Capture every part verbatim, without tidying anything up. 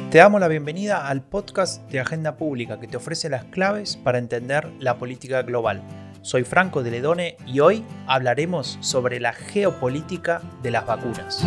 Te damos la bienvenida al podcast de Agenda Pública que te ofrece las claves para entender la política global. Soy Franco de Ledone y hoy hablaremos sobre la geopolítica de las vacunas.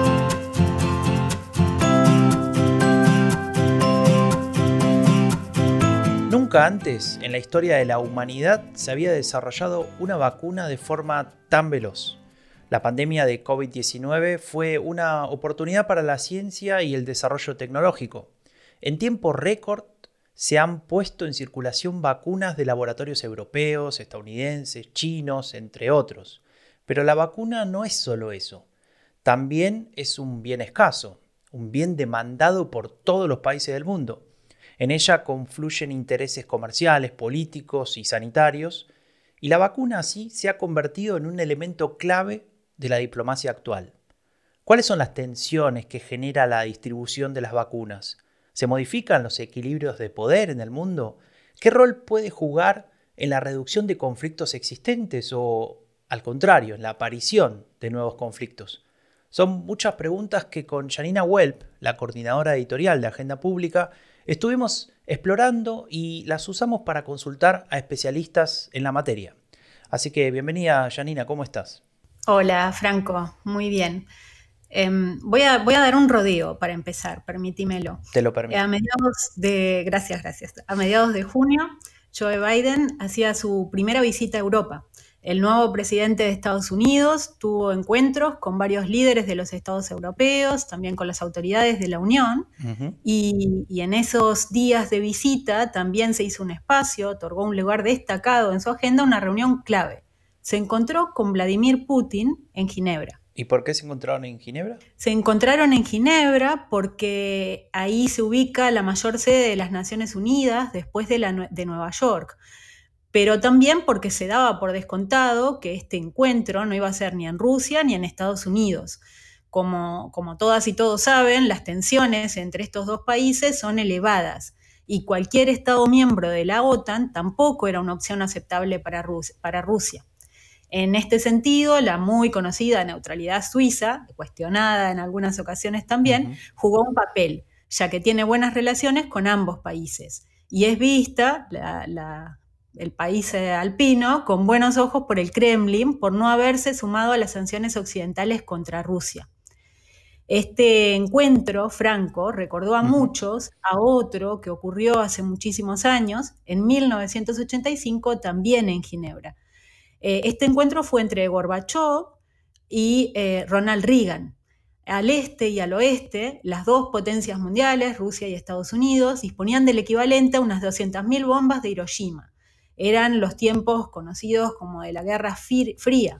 Nunca antes en la historia de la humanidad se había desarrollado una vacuna de forma tan veloz. La pandemia de covid diecinueve fue una oportunidad para la ciencia y el desarrollo tecnológico. En tiempo récord se han puesto en circulación vacunas de laboratorios europeos, estadounidenses, chinos, entre otros. Pero la vacuna no es solo eso. También es un bien escaso, un bien demandado por todos los países del mundo. En ella confluyen intereses comerciales, políticos y sanitarios, y la vacuna así se ha convertido en un elemento clave de la diplomacia actual. ¿Cuáles son las tensiones que genera la distribución de las vacunas? ¿Se modifican los equilibrios de poder en el mundo? ¿Qué rol puede jugar en la reducción de conflictos existentes o, al contrario, en la aparición de nuevos conflictos? Son muchas preguntas que con Janina Welp, la coordinadora editorial de Agenda Pública, estuvimos explorando y las usamos para consultar a especialistas en la materia. Así que bienvenida, Janina, ¿cómo estás? Hola, Franco, muy bien. Eh, voy, a, voy a dar un rodeo para empezar, permitímelo. Te lo permito. A mediados de, gracias, gracias. A mediados de junio, Joe Biden hacía su primera visita a Europa. El nuevo presidente de Estados Unidos tuvo encuentros con varios líderes de los estados europeos, también con las autoridades de la Unión, uh-huh. y, y en esos días de visita también se hizo un espacio, otorgó un lugar destacado en su agenda, una reunión clave. Se encontró con Vladimir Putin en Ginebra. ¿Y por qué se encontraron en Ginebra? Se encontraron en Ginebra porque ahí se ubica la mayor sede de las Naciones Unidas después de, la, de Nueva York. Pero también porque se daba por descontado que este encuentro no iba a ser ni en Rusia ni en Estados Unidos. Como, como todas y todos saben, las tensiones entre estos dos países son elevadas y cualquier Estado miembro de la OTAN tampoco era una opción aceptable para, Rus- para Rusia. En este sentido, la muy conocida neutralidad suiza, cuestionada en algunas ocasiones también, uh-huh. jugó un papel, ya que tiene buenas relaciones con ambos países. Y es vista, la, la, el país alpino, con buenos ojos por el Kremlin, por no haberse sumado a las sanciones occidentales contra Rusia. Este encuentro franco recordó a uh-huh. muchos a otro que ocurrió hace muchísimos años, en mil novecientos ochenta y cinco, también en Ginebra. Este encuentro fue entre Gorbachov y eh, Ronald Reagan. Al este y al oeste, las dos potencias mundiales, Rusia y Estados Unidos, disponían del equivalente a unas doscientas mil bombas de Hiroshima. Eran los tiempos conocidos como de la Guerra Fría.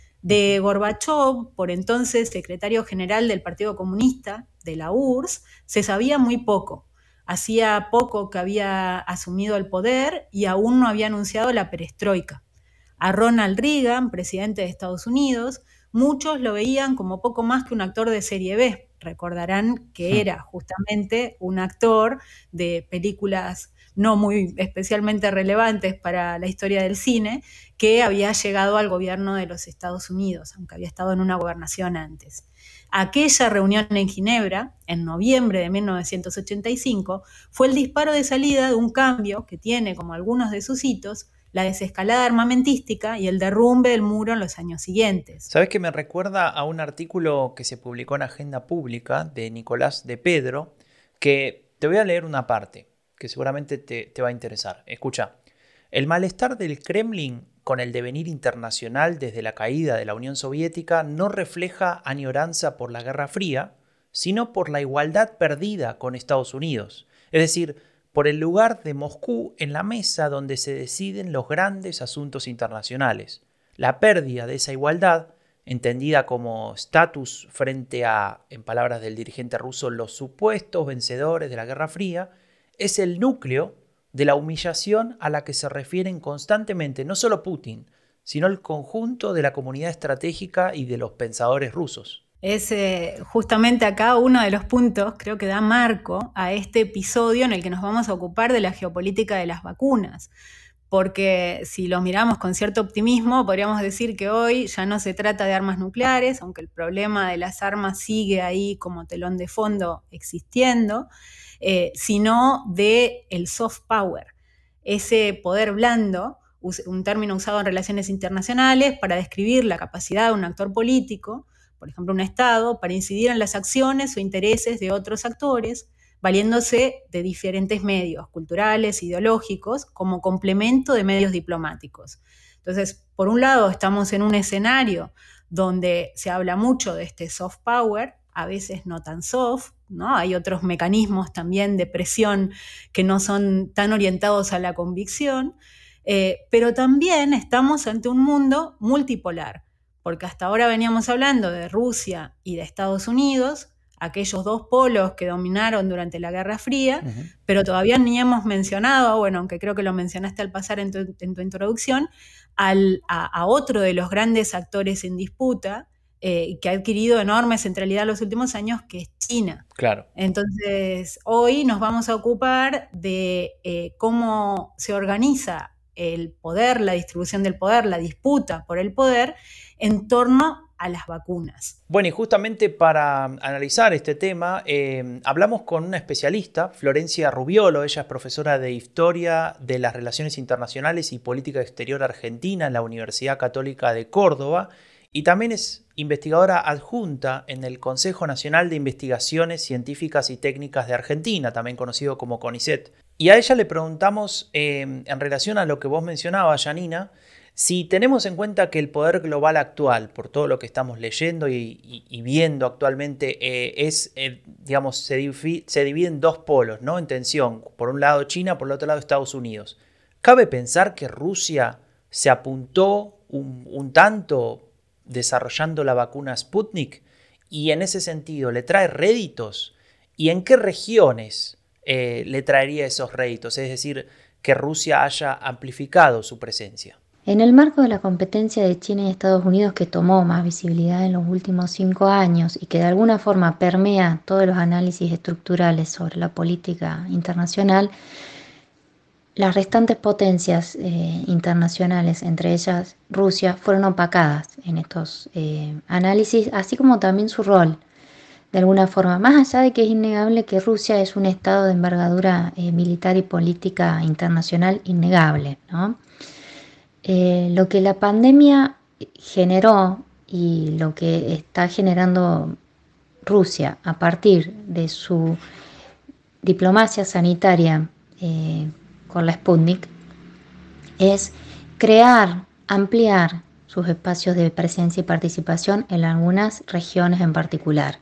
De Gorbachov, por entonces secretario general del Partido Comunista, de la U R S S, se sabía muy poco. Hacía poco que había asumido el poder y aún no había anunciado la perestroika. A Ronald Reagan, presidente de Estados Unidos, muchos lo veían como poco más que un actor de serie B. Recordarán que era justamente un actor de películas no muy especialmente relevantes para la historia del cine, que había llegado al gobierno de los Estados Unidos, aunque había estado en una gobernación antes. Aquella reunión en Ginebra, en noviembre de mil novecientos ochenta y cinco, fue el disparo de salida de un cambio que tiene como algunos de sus hitos la desescalada armamentística y el derrumbe del muro en los años siguientes. ¿Sabes qué me recuerda a un artículo que se publicó en Agenda Pública de Nicolás de Pedro, que te voy a leer una parte que seguramente te, te va a interesar? Escucha. El malestar del Kremlin con el devenir internacional desde la caída de la Unión Soviética no refleja añoranza por la Guerra Fría, sino por la igualdad perdida con Estados Unidos. Es decir, por el lugar de Moscú en la mesa donde se deciden los grandes asuntos internacionales. La pérdida de esa igualdad, entendida como estatus frente a, en palabras del dirigente ruso, los supuestos vencedores de la Guerra Fría, es el núcleo de la humillación a la que se refieren constantemente no solo Putin, sino el conjunto de la comunidad estratégica y de los pensadores rusos. Es eh, justamente acá uno de los puntos, creo que da marco a este episodio en el que nos vamos a ocupar de la geopolítica de las vacunas. porque si lo miramos con cierto optimismo, podríamos decir que hoy ya no se trata de armas nucleares, aunque el problema de las armas sigue ahí como telón de fondo existiendo, eh, sino de el soft power, ese poder blando, un término usado en relaciones internacionales para describir la capacidad de un actor político, por ejemplo un Estado, para incidir en las acciones o intereses de otros actores, valiéndose de diferentes medios culturales, ideológicos, como complemento de medios diplomáticos. Entonces, por un lado, estamos en un escenario donde se habla mucho de este soft power, a veces no tan soft, ¿no? Hay otros mecanismos también de presión que no son tan orientados a la convicción, eh, pero también estamos ante un mundo multipolar, porque hasta ahora veníamos hablando de Rusia y de Estados Unidos, aquellos dos polos que dominaron durante la Guerra Fría, uh-huh. pero todavía ni hemos mencionado, bueno, aunque creo que lo mencionaste al pasar en tu, en tu introducción, al, a, a otro de los grandes actores en disputa, eh, que ha adquirido enorme centralidad en los últimos años, que es China. Claro. Entonces, hoy nos vamos a ocupar de eh, cómo se organiza el poder, la distribución del poder, la disputa por el poder en torno a las vacunas. Bueno, y justamente para analizar este tema, eh, hablamos con una especialista, Florencia Rubiolo. Ella es profesora de Historia de las Relaciones Internacionales y Política Exterior Argentina en la Universidad Católica de Córdoba y también es investigadora adjunta en el Consejo Nacional de Investigaciones Científicas y Técnicas de Argentina, también conocido como CONICET. Y a ella le preguntamos, eh, en relación a lo que vos mencionabas, Janina, si tenemos en cuenta que el poder global actual, por todo lo que estamos leyendo y, y, y viendo actualmente, eh, es, eh, digamos, se, divi- se divide en dos polos, ¿no? En tensión. Por un lado China, por el otro lado Estados Unidos. ¿Cabe pensar que Rusia se apuntó un, un tanto desarrollando la vacuna Sputnik? Y en ese sentido, ¿le trae réditos? ¿Y en qué regiones eh, le traería esos réditos? Es decir, que Rusia haya amplificado su presencia. En el marco de la competencia de China y Estados Unidos, que tomó más visibilidad en los últimos cinco años y que de alguna forma permea todos los análisis estructurales sobre la política internacional, las restantes potencias eh, internacionales, entre ellas Rusia, fueron opacadas en estos eh, análisis, así como también su rol, de alguna forma, más allá de que es innegable que Rusia es un estado de envergadura eh, militar y política internacional innegable, ¿no? Eh, lo que la pandemia generó y lo que está generando Rusia a partir de su diplomacia sanitaria eh, con la Sputnik es crear, ampliar sus espacios de presencia y participación en algunas regiones en particular.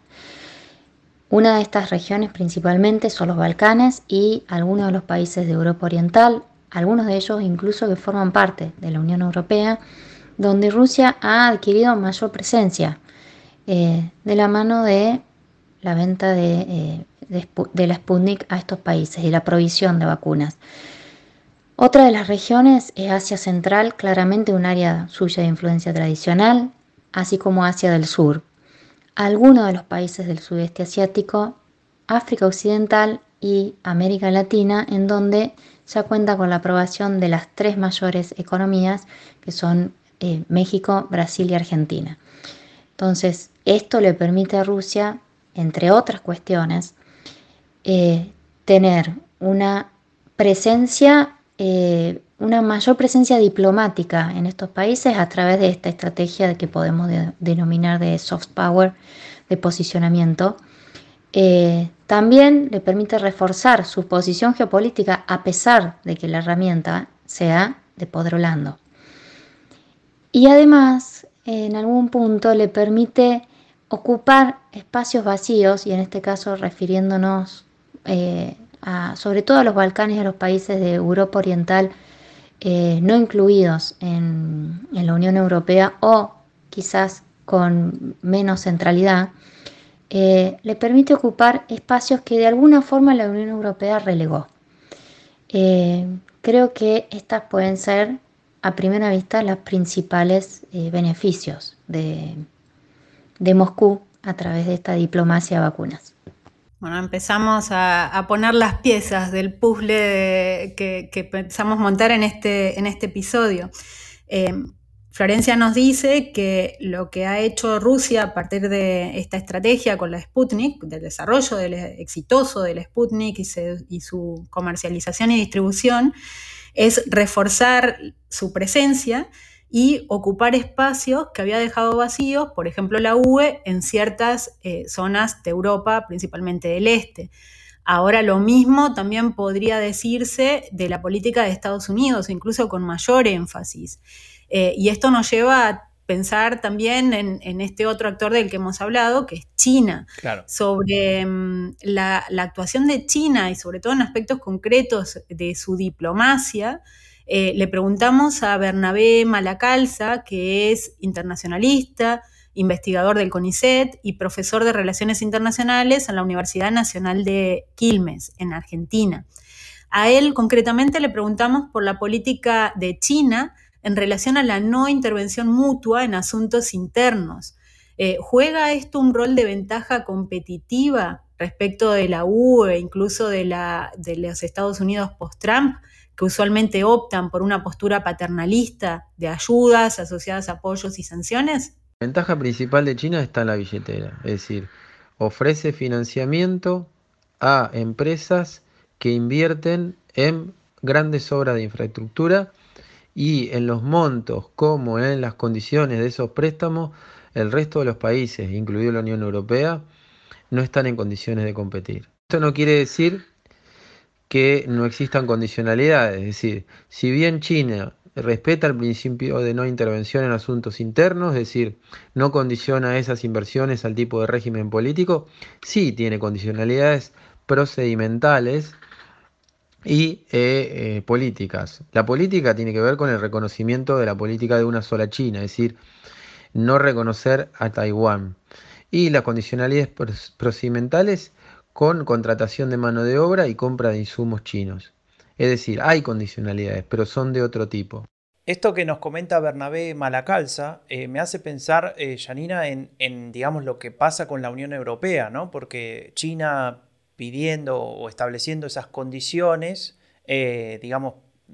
Una de estas regiones principalmente son los Balcanes y algunos de los países de Europa Oriental, algunos de ellos incluso que forman parte de la Unión Europea, donde Rusia ha adquirido mayor presencia eh, de la mano de la venta de, eh, de, de la Sputnik a estos países y la provisión de vacunas. Otra de las regiones es Asia Central, claramente un área suya de influencia tradicional, así como Asia del Sur. Algunos de los países del sudeste asiático, África Occidental y América Latina, en donde ya cuenta con la aprobación de las tres mayores economías, que son eh, México, Brasil y Argentina. Entonces, esto le permite a Rusia, entre otras cuestiones, eh, tener una presencia, eh, una mayor presencia diplomática en estos países a través de esta estrategia que podemos de, denominar de soft power, de posicionamiento. Eh, también le permite reforzar su posición geopolítica a pesar de que la herramienta sea de poder blando. Y además, en algún punto le permite ocupar espacios vacíos, y en este caso refiriéndonos eh, a, sobre todo a los Balcanes y a los países de Europa Oriental eh, no incluidos en, en la Unión Europea o quizás con menos centralidad, eh, le permite ocupar espacios que de alguna forma la Unión Europea relegó. Eh, creo que estas pueden ser a primera vista los principales eh, beneficios de, de Moscú a través de esta diplomacia de vacunas. Bueno, empezamos a, a poner las piezas del puzzle de, que, que pensamos montar en este, en este episodio. Eh, Florencia nos dice que lo que ha hecho Rusia a partir de esta estrategia con la Sputnik, del desarrollo del exitoso del Sputnik y, se, y su comercialización y distribución, es reforzar su presencia y ocupar espacios que había dejado vacíos, por ejemplo la U E, en ciertas eh, zonas de Europa, principalmente del este. Ahora lo mismo también podría decirse de la política de Estados Unidos, incluso con mayor énfasis. Eh, y esto nos lleva a pensar también en, en este otro actor del que hemos hablado, que es China. Claro. Sobre um, la, la actuación de China y sobre todo en aspectos concretos de su diplomacia. Eh, le preguntamos a Bernabé Malacalza, que es internacionalista, investigador del CONICET y profesor de Relaciones Internacionales en la Universidad Nacional de Quilmes, en Argentina. A él concretamente le preguntamos por la política de China en relación a la no intervención mutua en asuntos internos. Eh, ¿Juega esto un rol de ventaja competitiva respecto de la U E, incluso de, la, de los Estados Unidos post-Trump, que usualmente optan por una postura paternalista de ayudas asociadas a apoyos y sanciones? La ventaja principal de China está en la billetera, es decir, ofrece financiamiento a empresas que invierten en grandes obras de infraestructura y en los montos como en las condiciones de esos préstamos, el resto de los países, incluido la Unión Europea, no están en condiciones de competir. Esto no quiere decir que no existan condicionalidades, es decir, si bien China respeta el principio de no intervención en asuntos internos, es decir, no condiciona esas inversiones al tipo de régimen político, sí tiene condicionalidades procedimentales y eh, eh, políticas. La política tiene que ver con el reconocimiento de la política de una sola China, es decir, no reconocer a Taiwán. Y las condicionalidades procedimentales con contratación de mano de obra y compra de insumos chinos. Es decir, hay condicionalidades, pero son de otro tipo. Esto que nos comenta Bernabé Malacalza eh, me hace pensar, eh, Janina, en, en digamos, lo que pasa con la Unión Europea, ¿no? Porque China pidiendo o estableciendo esas condiciones, eh, digamos,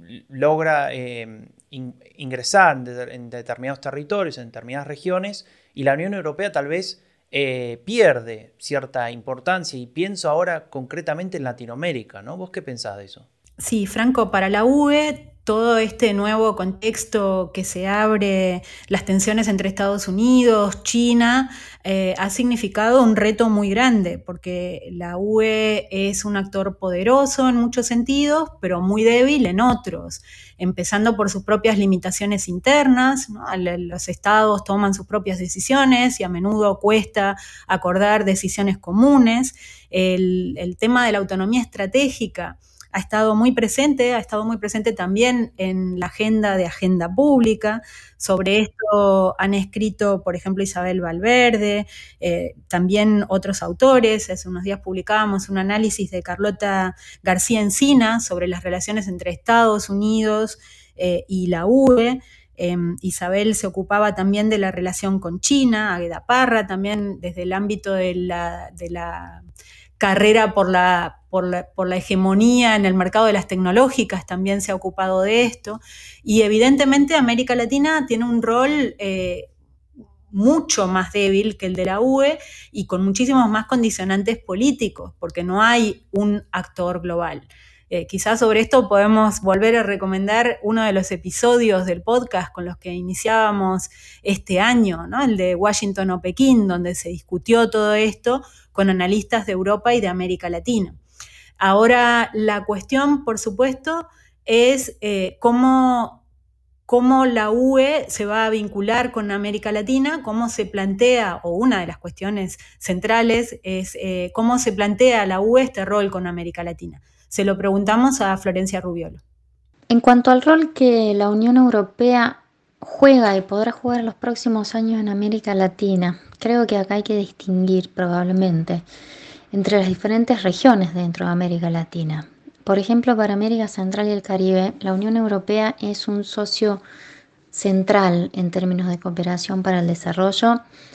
logra eh, in, ingresar en, de, en determinados territorios, en determinadas regiones, y la Unión Europea tal vez eh, pierde cierta importancia, y pienso ahora concretamente en Latinoamérica, ¿no? ¿Vos qué pensás de eso? Sí, Franco, para la U E todo este nuevo contexto que se abre, las tensiones entre Estados Unidos, China, eh, ha significado un reto muy grande, porque la U E es un actor poderoso en muchos sentidos, pero muy débil en otros, empezando por sus propias limitaciones internas, ¿no? Los estados toman sus propias decisiones y a menudo cuesta acordar decisiones comunes. El, el tema de la autonomía estratégica ha estado muy presente, ha estado muy presente también en la agenda de agenda pública. Sobre esto han escrito, por ejemplo, Isabel Valverde, eh, también otros autores. Hace unos días publicábamos un análisis de Carlota García Encina sobre las relaciones entre Estados Unidos eh, y la U E. Eh, Isabel se ocupaba también de la relación con China, Águeda Parra también desde el ámbito de la, de la carrera por la, por, la, por la hegemonía en el mercado de las tecnológicas también se ha ocupado de esto, y evidentemente América Latina tiene un rol eh, mucho más débil que el de la U E y con muchísimos más condicionantes políticos, porque no hay un actor global. Eh, quizás sobre esto podemos volver a recomendar uno de los episodios del podcast con los que iniciábamos este año, ¿no? El de Washington o Pekín, donde se discutió todo esto con analistas de Europa y de América Latina. Ahora, la cuestión, por supuesto, es eh, cómo, cómo la U E se va a vincular con América Latina, cómo se plantea, o una de las cuestiones centrales es eh, cómo se plantea la U E este rol con América Latina. Se lo preguntamos a Florencia Rubiolo. En cuanto al rol que la Unión Europea juega y podrá jugar en los próximos años en América Latina, creo que acá hay que distinguir probablemente entre las diferentes regiones dentro de América Latina. Por ejemplo, para América Central y el Caribe, la Unión Europea es un socio central en términos de cooperación para el desarrollo,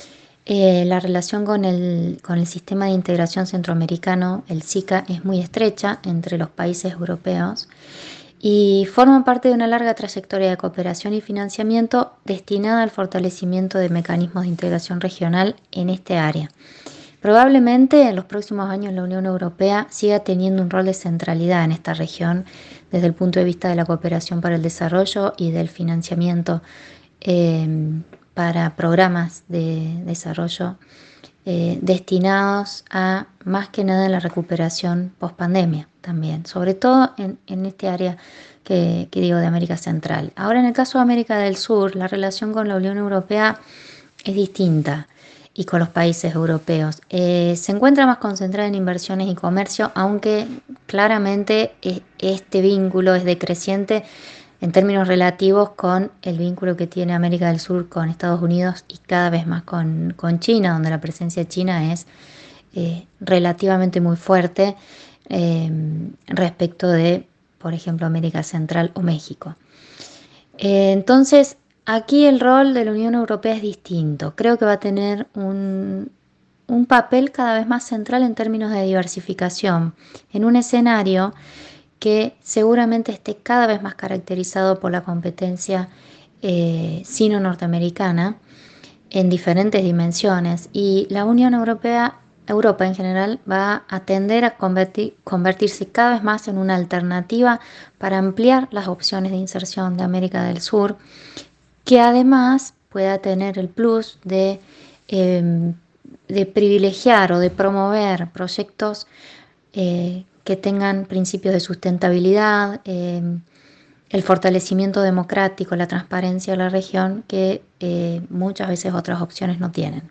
Eh, la relación con el, con el Sistema de Integración Centroamericano, el SICA, es muy estrecha entre los países europeos y forma parte de una larga trayectoria de cooperación y financiamiento destinada al fortalecimiento de mecanismos de integración regional en este área. Probablemente en los próximos años la Unión Europea siga teniendo un rol de centralidad en esta región desde el punto de vista de la cooperación para el desarrollo y del financiamiento eh, para programas de desarrollo eh, destinados a más que nada la recuperación post-pandemia también, sobre todo en, en este área que, que digo de América Central. Ahora en el caso de América del Sur, la relación con la Unión Europea es distinta y con los países europeos. Eh, se encuentra más concentrada en inversiones y comercio, aunque claramente eh, este vínculo es decreciente en términos relativos con el vínculo que tiene América del Sur con Estados Unidos y cada vez más con, con China, donde la presencia china es eh, relativamente muy fuerte eh, respecto de, por ejemplo, América Central o México. Eh, entonces, aquí el rol de la Unión Europea es distinto. Creo que va a tener un, un papel cada vez más central en términos de diversificación, en un escenario que seguramente esté cada vez más caracterizado por la competencia eh, sino-norteamericana en diferentes dimensiones, y la Unión Europea, Europa en general, va a tender a convertir, convertirse cada vez más en una alternativa para ampliar las opciones de inserción de América del Sur, que además pueda tener el plus de, eh, de privilegiar o de promover proyectos eh, que tengan principios de sustentabilidad, eh, el fortalecimiento democrático, la transparencia de la región, que eh, muchas veces otras opciones no tienen.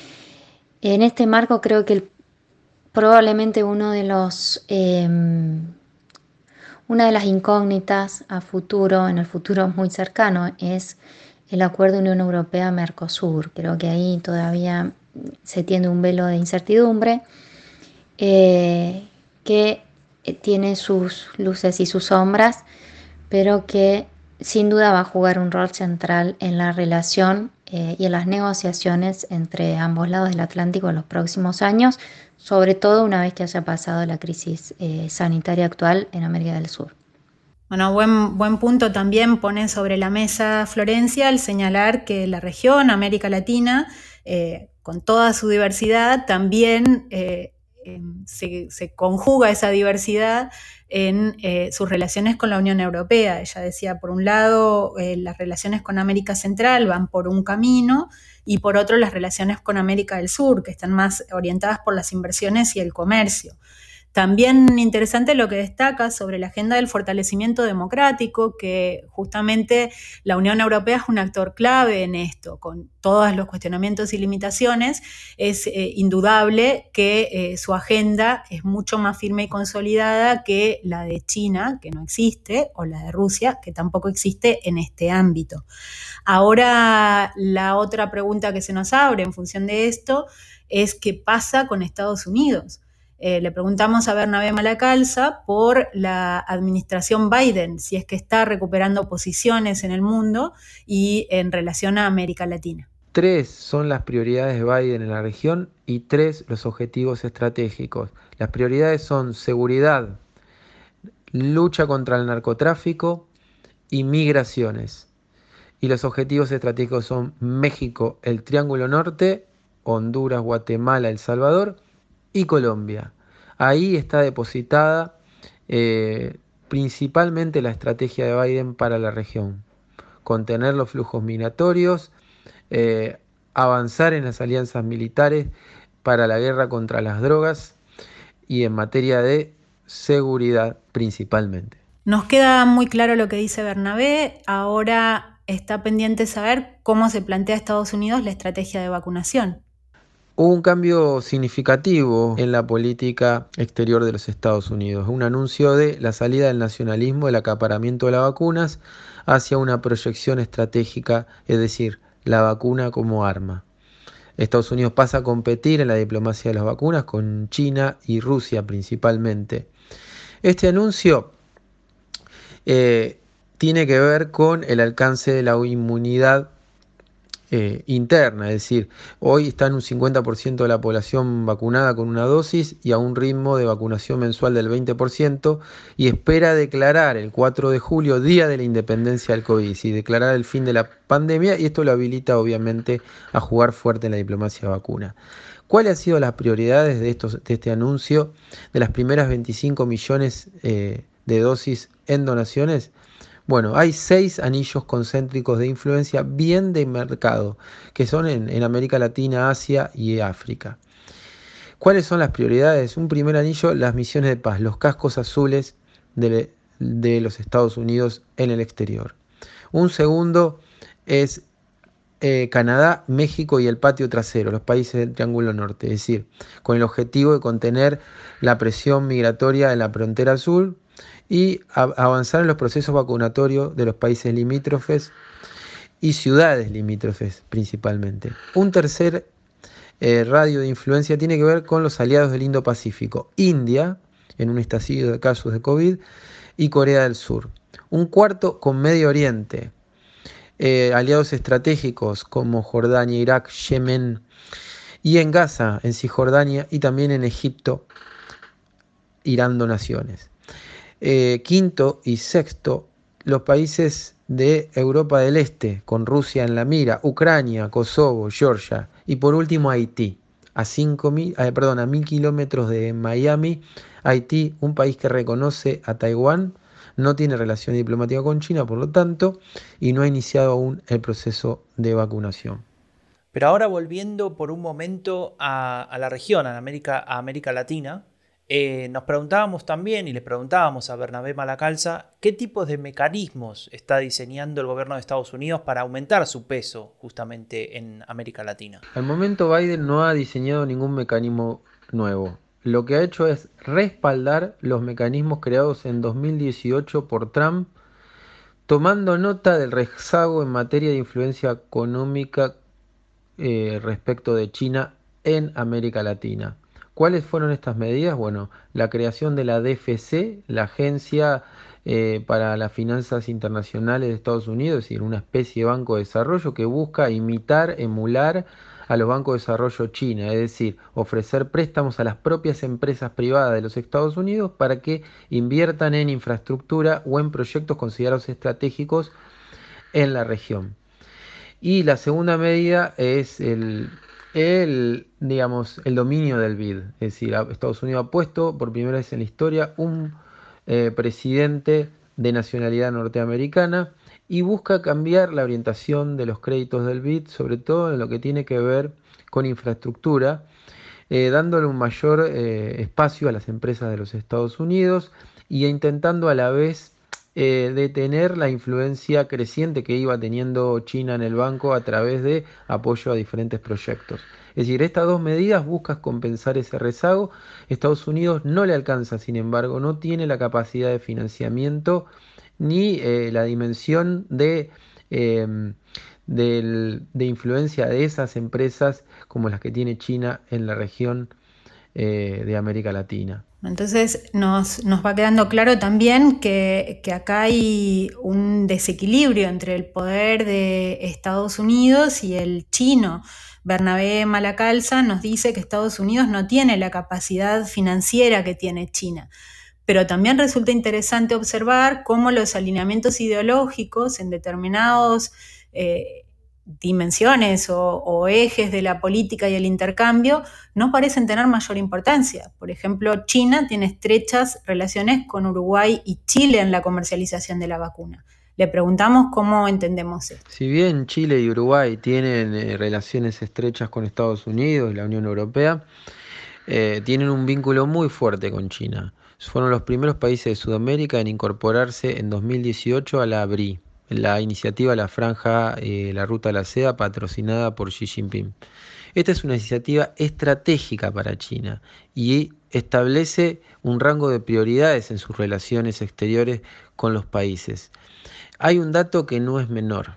En este marco creo que el, probablemente uno de los, eh, una de las incógnitas a futuro, en el futuro muy cercano, es el acuerdo Unión Europea-Mercosur. Creo que ahí todavía se tiende un velo de incertidumbre eh, que tiene sus luces y sus sombras, pero que sin duda va a jugar un rol central en la relación eh, y en las negociaciones entre ambos lados del Atlántico en los próximos años, sobre todo una vez que haya pasado la crisis eh, sanitaria actual en América del Sur. Bueno, buen, buen punto también pone sobre la mesa Florencia al señalar que la región, América Latina, eh, con toda su diversidad, también eh, eh, se, se conjuga esa diversidad en eh, sus relaciones con la Unión Europea. Ella decía, por un lado, eh, las relaciones con América Central van por un camino, y por otro las relaciones con América del Sur, que están más orientadas por las inversiones y el comercio. También interesante lo que destaca sobre la agenda del fortalecimiento democrático, que justamente la Unión Europea es un actor clave en esto, con todos los cuestionamientos y limitaciones. Es eh, indudable que eh, su agenda es mucho más firme y consolidada que la de China, que no existe, o la de Rusia, que tampoco existe en este ámbito. Ahora, la otra pregunta que se nos abre en función de esto es qué pasa con Estados Unidos. Eh, le preguntamos a Bernabé Malacalza por la administración Biden, si es que está recuperando posiciones en el mundo y en relación a América Latina. Tres son las prioridades de Biden en la región y tres los objetivos estratégicos. Las prioridades son seguridad, lucha contra el narcotráfico y migraciones. Y los objetivos estratégicos son México, el Triángulo Norte, Honduras, Guatemala, El Salvador y Colombia. Ahí está depositada eh, principalmente la estrategia de Biden para la región. Contener los flujos migratorios, eh, avanzar en las alianzas militares para la guerra contra las drogas y en materia de seguridad principalmente. Nos queda muy claro lo que dice Bernabé. Ahora está pendiente saber cómo se plantea Estados Unidos la estrategia de vacunación. Hubo un cambio significativo en la política exterior de los Estados Unidos, un anuncio de la salida del nacionalismo, del acaparamiento de las vacunas, hacia una proyección estratégica, es decir, la vacuna como arma. Estados Unidos pasa a competir en la diplomacia de las vacunas con China y Rusia principalmente. Este anuncio eh, tiene que ver con el alcance de la inmunidad eh, interna, es decir, hoy está en un cincuenta por ciento de la población vacunada con una dosis y a un ritmo de vacunación mensual del veinte por ciento, y espera declarar el cuatro de julio, Día de la Independencia del COVID, y declarar el fin de la pandemia, y esto lo habilita obviamente a jugar fuerte en la diplomacia vacuna. ¿Cuáles han sido las prioridades de, estos, de este anuncio de las primeras veinticinco millones eh, de dosis en donaciones? Bueno, hay seis anillos concéntricos de influencia bien de mercado, que son en, en América Latina, Asia y África. ¿Cuáles son las prioridades? Un primer anillo, las misiones de paz, los cascos azules de, de los Estados Unidos en el exterior. Un segundo es eh, Canadá, México y el patio trasero, los países del Triángulo Norte, es decir, con el objetivo de contener la presión migratoria en la frontera sur y a avanzar en los procesos vacunatorios de los países limítrofes y ciudades limítrofes principalmente. Un tercer eh, radio de influencia tiene que ver con los aliados del Indo-Pacífico, India, en un estallido de casos de COVID, y Corea del Sur. Un cuarto con Medio Oriente, eh, aliados estratégicos como Jordania, Irak, Yemen, y en Gaza, en Cisjordania, y también en Egipto, Irán donaciones. Eh, quinto y sexto, los países de Europa del Este, con Rusia en la mira, Ucrania, Kosovo, Georgia, y por último Haití, a cinco mil, eh, perdón, a mil kilómetros de Miami. Haití, un país que reconoce a Taiwán, no tiene relación diplomática con China, por lo tanto, y no ha iniciado aún el proceso de vacunación. Pero ahora volviendo por un momento a, a la región, a América, a América Latina, Eh, nos preguntábamos también, y le preguntábamos a Bernabé Malacalza, qué tipos de mecanismos está diseñando el gobierno de Estados Unidos para aumentar su peso justamente en América Latina. Al momento Biden no ha diseñado ningún mecanismo nuevo. Lo que ha hecho es respaldar los mecanismos creados en dos mil dieciocho por Trump, tomando nota del rezago en materia de influencia económica eh, respecto de China en América Latina. ¿Cuáles fueron estas medidas? Bueno, la creación de la D F C, la Agencia eh, para las Finanzas Internacionales de Estados Unidos, es decir, una especie de banco de desarrollo que busca imitar, emular a los bancos de desarrollo China, es decir, ofrecer préstamos a las propias empresas privadas de los Estados Unidos para que inviertan en infraestructura o en proyectos considerados estratégicos en la región. Y la segunda medida es el... El, digamos, el dominio del B I D, es decir, Estados Unidos ha puesto por primera vez en la historia un eh, presidente de nacionalidad norteamericana y busca cambiar la orientación de los créditos del B I D, sobre todo en lo que tiene que ver con infraestructura, eh, dándole un mayor eh, espacio a las empresas de los Estados Unidos y intentando a la vez Eh, detener la influencia creciente que iba teniendo China en el banco a través de apoyo a diferentes proyectos. Es decir, estas dos medidas buscan compensar ese rezago. Estados Unidos no le alcanza, sin embargo, no tiene la capacidad de financiamiento ni eh, la dimensión de, eh, del, de influencia de esas empresas como las que tiene China en la región eh, de América Latina. Entonces nos, nos va quedando claro también que, que acá hay un desequilibrio entre el poder de Estados Unidos y el chino. Bernabé Malacalza nos dice que Estados Unidos no tiene la capacidad financiera que tiene China. Pero también resulta interesante observar cómo los alineamientos ideológicos en determinados eh, dimensiones o, o ejes de la política y el intercambio no parecen tener mayor importancia. Por ejemplo, China tiene estrechas relaciones con Uruguay y Chile en la comercialización de la vacuna. Le preguntamos cómo entendemos esto. Si bien Chile y Uruguay tienen eh, relaciones estrechas con Estados Unidos y la Unión Europea, eh, tienen un vínculo muy fuerte con China. Fueron los primeros países de Sudamérica en incorporarse en dos mil dieciocho a la B R I, la iniciativa La Franja, eh, la Ruta de la Seda, patrocinada por Xi Jinping. Esta es una iniciativa estratégica para China y establece un rango de prioridades en sus relaciones exteriores con los países. Hay un dato que no es menor.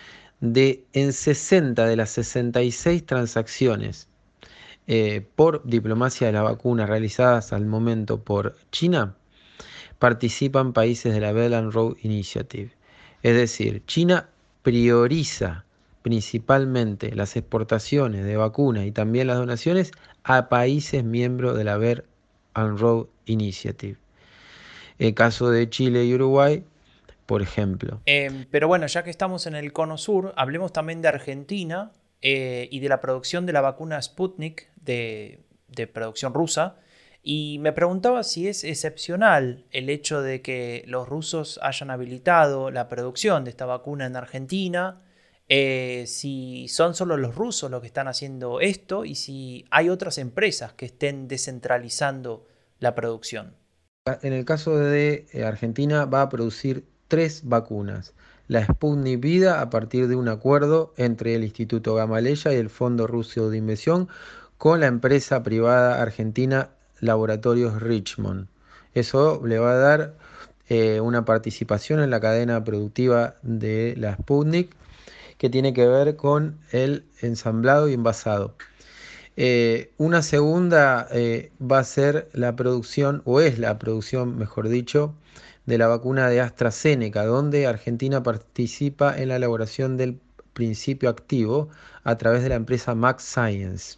De en sesenta de las sesenta y seis transacciones eh, por diplomacia de la vacuna realizadas al momento por China, participan países de la Belt and Road Initiative. Es decir, China prioriza principalmente las exportaciones de vacunas y también las donaciones a países miembros de la Belt and Road Initiative. El caso de Chile y Uruguay, por ejemplo. Eh, pero bueno, ya que estamos en el cono sur, hablemos también de Argentina eh, y de la producción de la vacuna Sputnik de, de producción rusa. Y me preguntaba si es excepcional el hecho de que los rusos hayan habilitado la producción de esta vacuna en Argentina, eh, si son solo los rusos los que están haciendo esto y si hay otras empresas que estén descentralizando la producción. En el caso de Argentina va a producir tres vacunas. La Sputnik Vida a partir de un acuerdo entre el Instituto Gamaleya y el Fondo Ruso de Inversión con la empresa privada argentina Laboratorios Richmond. Eso le va a dar eh, una participación en la cadena productiva de la Sputnik que tiene que ver con el ensamblado y envasado. Eh, una segunda eh, va a ser la producción, o es la producción, mejor dicho, de la vacuna de AstraZeneca, donde Argentina participa en la elaboración del principio activo a través de la empresa Max Science.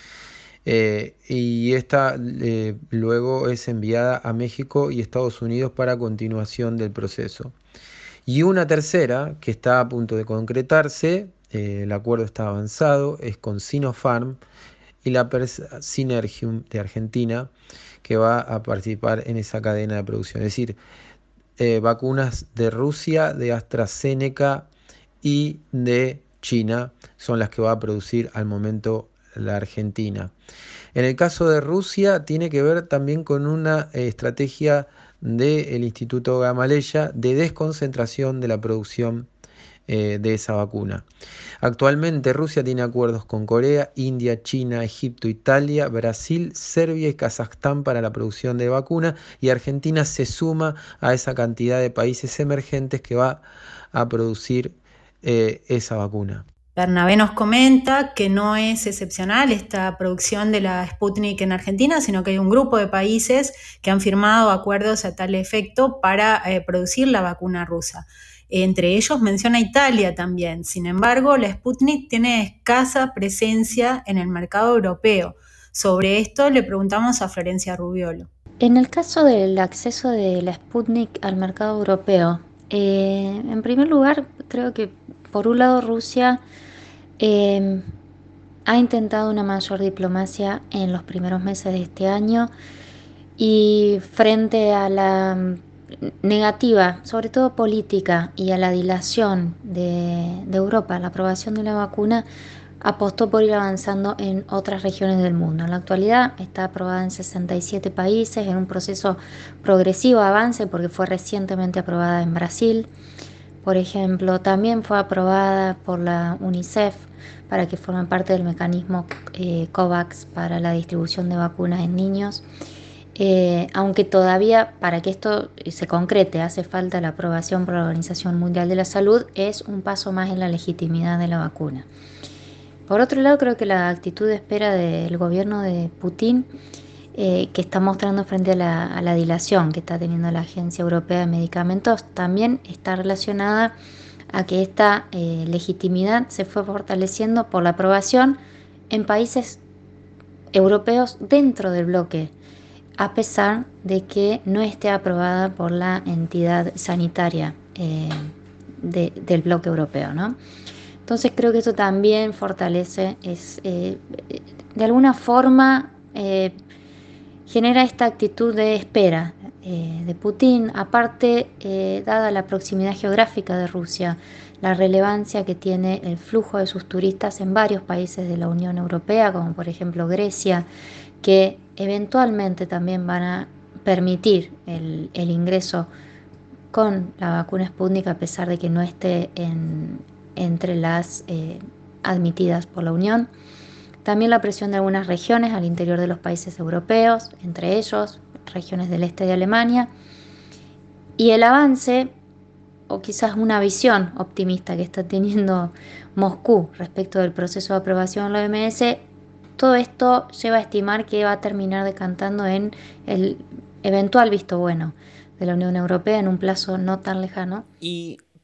Eh, y esta eh, luego es enviada a México y Estados Unidos para continuación del proceso. Y una tercera, que está a punto de concretarse, eh, el acuerdo está avanzado, es con Sinopharm y la empresa Synergium de Argentina, que va a participar en esa cadena de producción. Es decir, eh, vacunas de Rusia, de AstraZeneca y de China son las que va a producir al momento la Argentina. En el caso de Rusia tiene que ver también con una eh, estrategia del Instituto Gamaleya de desconcentración de la producción eh, de esa vacuna. Actualmente Rusia tiene acuerdos con Corea, India, China, Egipto, Italia, Brasil, Serbia y Kazajstán para la producción de vacuna, y Argentina se suma a esa cantidad de países emergentes que va a producir eh, esa vacuna. Bernabé nos comenta que no es excepcional esta producción de la Sputnik en Argentina, sino que hay un grupo de países que han firmado acuerdos a tal efecto para eh, producir la vacuna rusa. Entre ellos menciona Italia también. Sin embargo, la Sputnik tiene escasa presencia en el mercado europeo. Sobre esto le preguntamos a Florencia Rubiolo. En el caso del acceso de la Sputnik al mercado europeo, eh, en primer lugar, creo que por un lado Rusia eh, ha intentado una mayor diplomacia en los primeros meses de este año, y frente a la negativa, sobre todo política, y a la dilación de, de Europa, la aprobación de la vacuna, apostó por ir avanzando en otras regiones del mundo. En la actualidad está aprobada en sesenta y siete países, en un proceso progresivo de avance, porque fue recientemente aprobada en Brasil, por ejemplo. También fue aprobada por la UNICEF para que formen parte del mecanismo eh, COVAX para la distribución de vacunas en niños. Eh, aunque todavía, para que esto se concrete, hace falta la aprobación por la Organización Mundial de la Salud, es un paso más en la legitimidad de la vacuna. Por otro lado, creo que la actitud de espera del gobierno de Putin, eh, que está mostrando frente a la, a la dilación que está teniendo la Agencia Europea de Medicamentos, también está relacionada a que esta eh, legitimidad se fue fortaleciendo por la aprobación en países europeos dentro del bloque, a pesar de que no esté aprobada por la entidad sanitaria eh, de, del bloque europeo, ¿no? Entonces creo que esto también fortalece, es, eh, de alguna forma eh, genera esta actitud de espera eh, de Putin, aparte eh, dada la proximidad geográfica de Rusia, la relevancia que tiene el flujo de sus turistas en varios países de la Unión Europea, como por ejemplo Grecia, que eventualmente también van a permitir el, el ingreso con la vacuna Sputnik, a pesar de que no esté en, entre las eh, admitidas por la Unión. También la presión de algunas regiones al interior de los países europeos, entre ellos regiones del este de Alemania, y el avance, o quizás una visión optimista que está teniendo Moscú respecto del proceso de aprobación en la O M S. Todo esto lleva a estimar que va a terminar decantando en el eventual visto bueno de la Unión Europea en un plazo no tan lejano. Y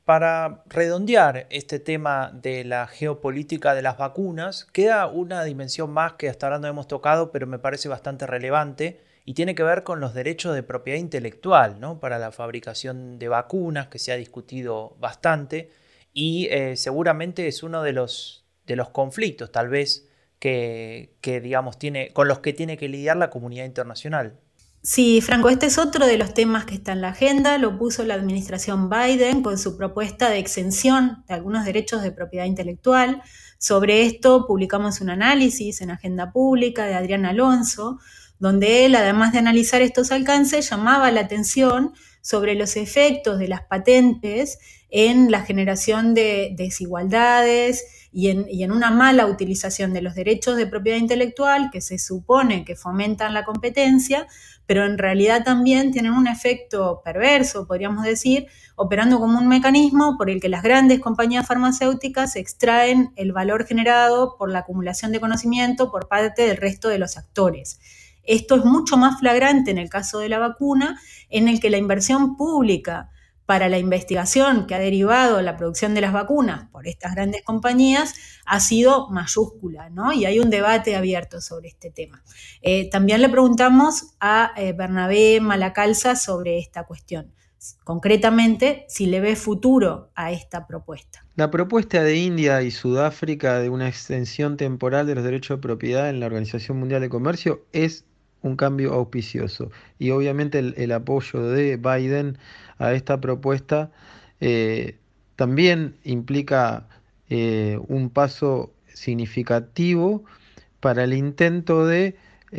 para redondear este tema de la geopolítica de las vacunas, queda una dimensión más que hasta ahora no hemos tocado, pero me parece bastante relevante, y tiene que ver con los derechos de propiedad intelectual, ¿no? Para la fabricación de vacunas, que se ha discutido bastante, y eh, seguramente es uno de los, de los conflictos, tal vez, que, que digamos, tiene, con los que tiene que lidiar la comunidad internacional. Sí, Franco, este es otro de los temas que está en la agenda, lo puso la administración Biden con su propuesta de exención de algunos derechos de propiedad intelectual. Sobre esto publicamos un análisis en Agenda Pública de Adrián Alonso, donde él, además de analizar estos alcances, llamaba la atención sobre los efectos de las patentes en la generación de desigualdades y en, y en una mala utilización de los derechos de propiedad intelectual que se supone que fomentan la competencia, pero en realidad también tienen un efecto perverso, podríamos decir, operando como un mecanismo por el que las grandes compañías farmacéuticas extraen el valor generado por la acumulación de conocimiento por parte del resto de los actores. Esto es mucho más flagrante en el caso de la vacuna, en el que la inversión pública para la investigación que ha derivado la producción de las vacunas por estas grandes compañías ha sido mayúscula, ¿no? Y hay un debate abierto sobre este tema. Eh, también le preguntamos a eh, Bernabé Malacalza sobre esta cuestión. Concretamente, si le ve futuro a esta propuesta. La propuesta de India y Sudáfrica de una extensión temporal de los derechos de propiedad en la Organización Mundial de Comercio es un cambio auspicioso. Y obviamente el, el apoyo de Biden a esta propuesta eh, también implica eh, un paso significativo para el intento de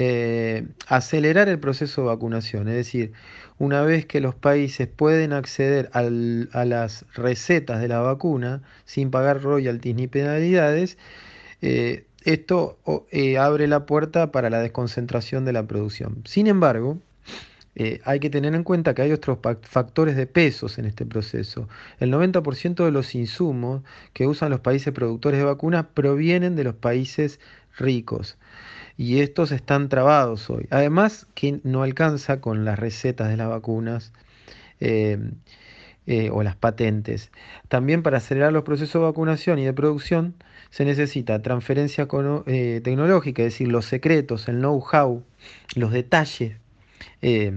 eh, acelerar el proceso de vacunación. Es decir, una vez que los países pueden acceder al, a las recetas de la vacuna sin pagar royalties ni penalidades, eh, esto eh, abre la puerta para la desconcentración de la producción. Sin embargo, eh, hay que tener en cuenta que hay otros factores de pesos en este proceso. El noventa por ciento de los insumos que usan los países productores de vacunas provienen de los países ricos. Y estos están trabados hoy. Además, que no alcanza con las recetas de las vacunas eh, eh, o las patentes. También para acelerar los procesos de vacunación y de producción se necesita transferencia eh, tecnológica, es decir, los secretos, el know-how, los detalles eh,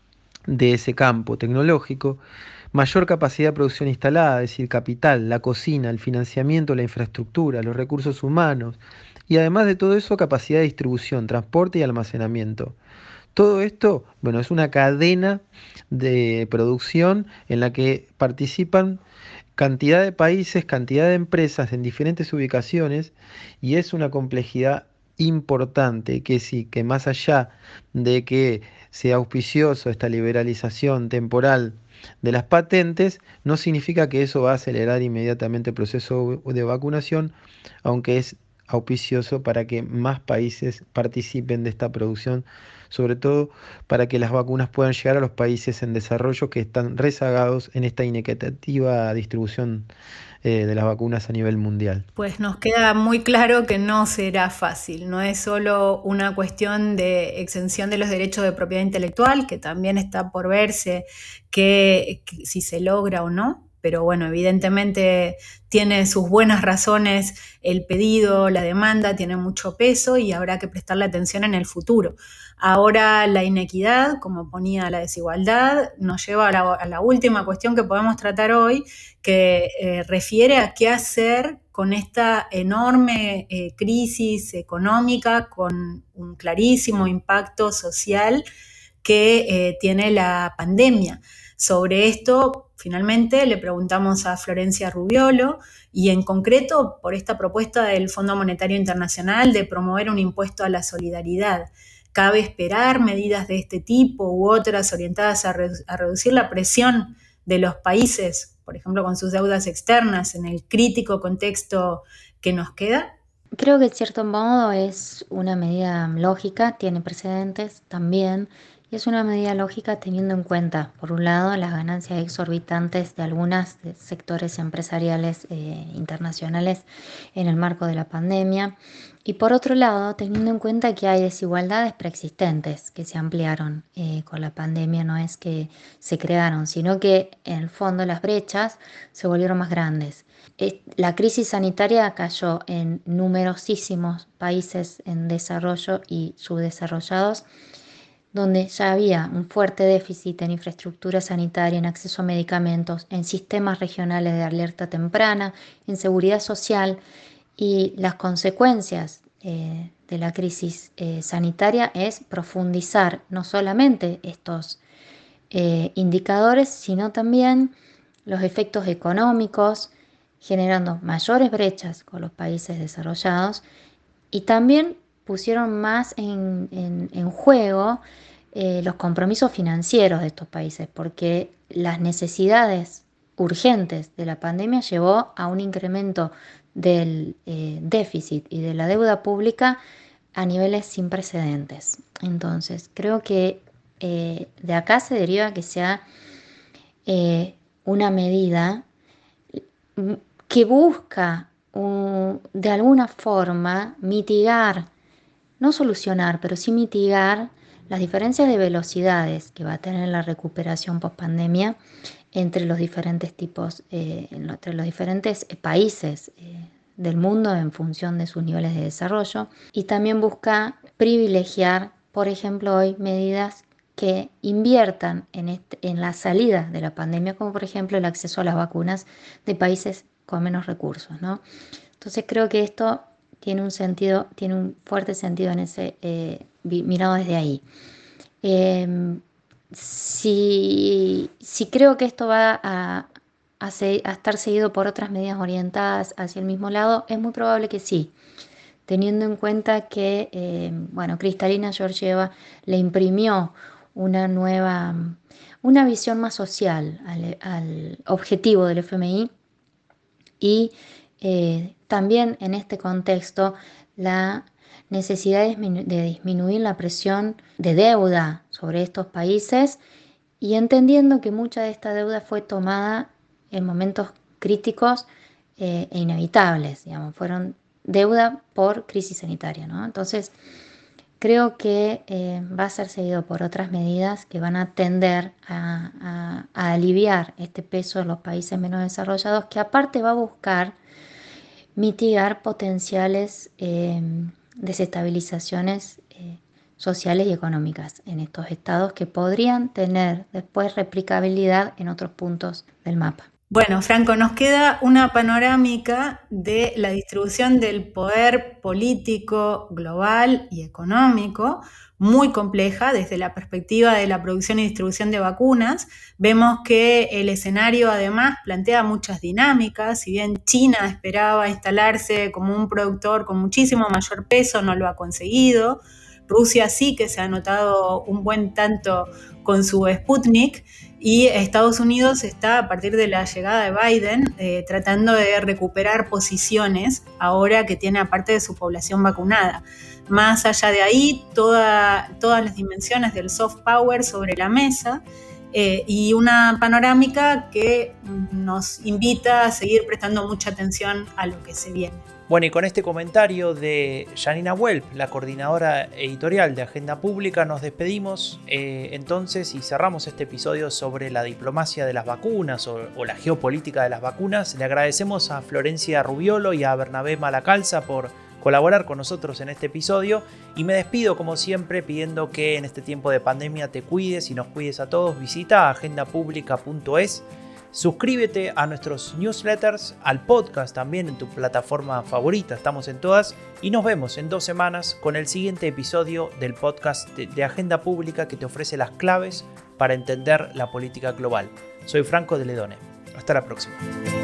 de ese campo tecnológico, mayor capacidad de producción instalada, es decir, capital, la cocina, el financiamiento, la infraestructura, los recursos humanos, y además de todo eso, capacidad de distribución, transporte y almacenamiento. Todo esto, bueno, es una cadena de producción en la que participan cantidad de países, cantidad de empresas en diferentes ubicaciones, y es una complejidad importante que sí, que más allá de que sea auspicioso esta liberalización temporal de las patentes, no significa que eso va a acelerar inmediatamente el proceso de vacunación, aunque es auspicioso para que más países participen de esta producción, sobre todo para que las vacunas puedan llegar a los países en desarrollo que están rezagados en esta inequitativa distribución eh, de las vacunas a nivel mundial. Pues nos queda muy claro que no será fácil, no es solo una cuestión de exención de los derechos de propiedad intelectual, que también está por verse que, que si se logra o no. Pero bueno, evidentemente tiene sus buenas razones el pedido, la demanda, tiene mucho peso y habrá que prestarle atención en el futuro. Ahora la inequidad, como ponía la desigualdad, nos lleva a la, a la última cuestión que podemos tratar hoy, que eh, refiere a qué hacer con esta enorme eh, crisis económica, con un clarísimo impacto social que eh, tiene la pandemia. Sobre esto, finalmente, le preguntamos a Florencia Rubiolo y en concreto por esta propuesta del Fondo Monetario Internacional de promover un impuesto a la solidaridad. ¿Cabe esperar medidas de este tipo u otras orientadas a, re- a reducir la presión de los países, por ejemplo, con sus deudas externas, en el crítico contexto que nos queda? Creo que en cierto modo es una medida lógica, tiene precedentes también, Y es una medida lógica teniendo en cuenta, por un lado, las ganancias exorbitantes de algunos sectores empresariales eh, internacionales en el marco de la pandemia, y por otro lado, teniendo en cuenta que hay desigualdades preexistentes que se ampliaron eh, con la pandemia, no es que se crearon, sino que en el fondo las brechas se volvieron más grandes. La crisis sanitaria cayó en numerosísimos países en desarrollo y subdesarrollados, donde ya había un fuerte déficit en infraestructura sanitaria, en acceso a medicamentos, en sistemas regionales de alerta temprana, en seguridad social, y las consecuencias eh, de la crisis eh, sanitaria es profundizar no solamente estos eh, indicadores, sino también los efectos económicos, generando mayores brechas con los países desarrollados, y también pusieron más en, en, en juego eh, los compromisos financieros de estos países, porque las necesidades urgentes de la pandemia llevó a un incremento del eh, déficit y de la deuda pública a niveles sin precedentes. Entonces, creo que eh, de acá se deriva que sea eh, una medida que busca um, de alguna forma mitigar, no solucionar, pero sí mitigar las diferencias de velocidades que va a tener la recuperación post-pandemia entre los diferentes tipos, eh, entre los diferentes países eh, del mundo en función de sus niveles de desarrollo, y también busca privilegiar, por ejemplo, hoy medidas que inviertan en, este, en la salida de la pandemia, como por ejemplo el acceso a las vacunas de países con menos recursos, ¿no? Entonces creo que esto tiene un sentido, tiene un fuerte sentido en ese eh, mirado desde ahí. Eh, si, si creo que esto va a, a, se, a estar seguido por otras medidas orientadas hacia el mismo lado, es muy probable que sí, teniendo en cuenta que, eh, bueno, Kristalina Georgieva le imprimió una nueva, una visión más social al, al objetivo del F M I, y eh, también en este contexto la necesidad de, disminu- de disminuir la presión de deuda sobre estos países, y entendiendo que mucha de esta deuda fue tomada en momentos críticos eh, e inevitables, digamos, fueron deuda por crisis sanitaria, ¿no? Entonces, creo que eh, va a ser seguido por otras medidas que van a tender a, a, a aliviar este peso en los países menos desarrollados, que aparte va a buscar mitigar potenciales eh, desestabilizaciones eh, sociales y económicas en estos estados que podrían tener después replicabilidad en otros puntos del mapa. Bueno, Franco, nos queda una panorámica de la distribución del poder político, global y económico, muy compleja desde la perspectiva de la producción y distribución de vacunas. Vemos que el escenario además plantea muchas dinámicas. Si bien China esperaba instalarse como un productor con muchísimo mayor peso, no lo ha conseguido. Rusia sí que se ha notado un buen tanto con su Sputnik, y Estados Unidos está, a partir de la llegada de Biden, eh, tratando de recuperar posiciones ahora que tiene aparte de su población vacunada. Más allá de ahí, toda, todas las dimensiones del soft power sobre la mesa, eh, y una panorámica que nos invita a seguir prestando mucha atención a lo que se viene. Bueno, y con este comentario de Janina Welp, la coordinadora editorial de Agenda Pública, nos despedimos eh, entonces y cerramos este episodio sobre la diplomacia de las vacunas o, o la geopolítica de las vacunas. Le agradecemos a Florencia Rubiolo y a Bernabé Malacalza por colaborar con nosotros en este episodio, y me despido como siempre pidiendo que en este tiempo de pandemia te cuides y nos cuides a todos. Visita agenda pública punto es. Suscríbete a nuestros newsletters, al podcast también en tu plataforma favorita, estamos en todas, y nos vemos en dos semanas con el siguiente episodio del podcast de, de Agenda Pública que te ofrece las claves para entender la política global. Soy Franco de Ledone. Hasta la próxima.